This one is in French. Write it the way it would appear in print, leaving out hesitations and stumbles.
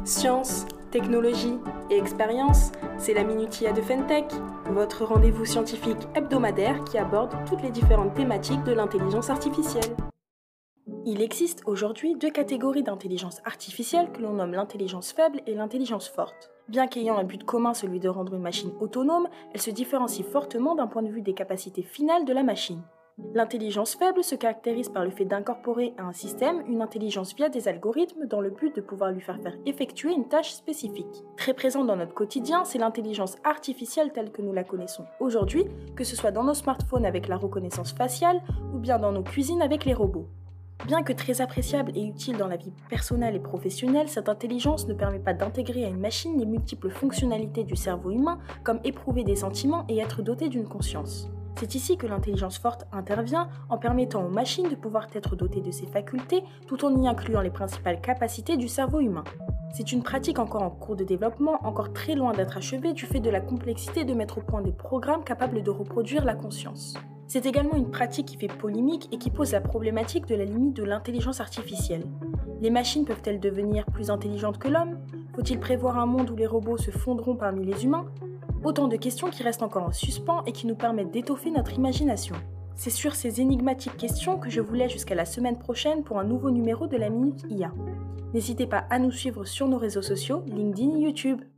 Science, technologie et expérience, c'est la Minute IA de Fentech, votre rendez-vous scientifique hebdomadaire qui aborde toutes les différentes thématiques de l'intelligence artificielle. Il existe aujourd'hui deux catégories d'intelligence artificielle que l'on nomme l'intelligence faible et l'intelligence forte. Bien qu'ayant un but commun, celui de rendre une machine autonome, elles se différencient fortement d'un point de vue des capacités finales de la machine. L'intelligence faible se caractérise par le fait d'incorporer à un système une intelligence via des algorithmes dans le but de pouvoir lui faire effectuer une tâche spécifique. Très présente dans notre quotidien, c'est l'intelligence artificielle telle que nous la connaissons aujourd'hui, que ce soit dans nos smartphones avec la reconnaissance faciale ou bien dans nos cuisines avec les robots. Bien que très appréciable et utile dans la vie personnelle et professionnelle, cette intelligence ne permet pas d'intégrer à une machine les multiples fonctionnalités du cerveau humain, comme éprouver des sentiments et être doté d'une conscience. C'est ici que l'intelligence forte intervient en permettant aux machines de pouvoir être dotées de ces facultés tout en y incluant les principales capacités du cerveau humain. C'est une pratique encore en cours de développement, encore très loin d'être achevée du fait de la complexité de mettre au point des programmes capables de reproduire la conscience. C'est également une pratique qui fait polémique et qui pose la problématique de la limite de l'intelligence artificielle. Les machines peuvent-elles devenir plus intelligentes que l'homme ? Faut-il prévoir un monde où les robots se fondront parmi les humains ? Autant de questions qui restent encore en suspens et qui nous permettent d'étoffer notre imagination. C'est sur ces énigmatiques questions que je vous laisse jusqu'à la semaine prochaine pour un nouveau numéro de la Minute IA. N'hésitez pas à nous suivre sur nos réseaux sociaux, LinkedIn et YouTube.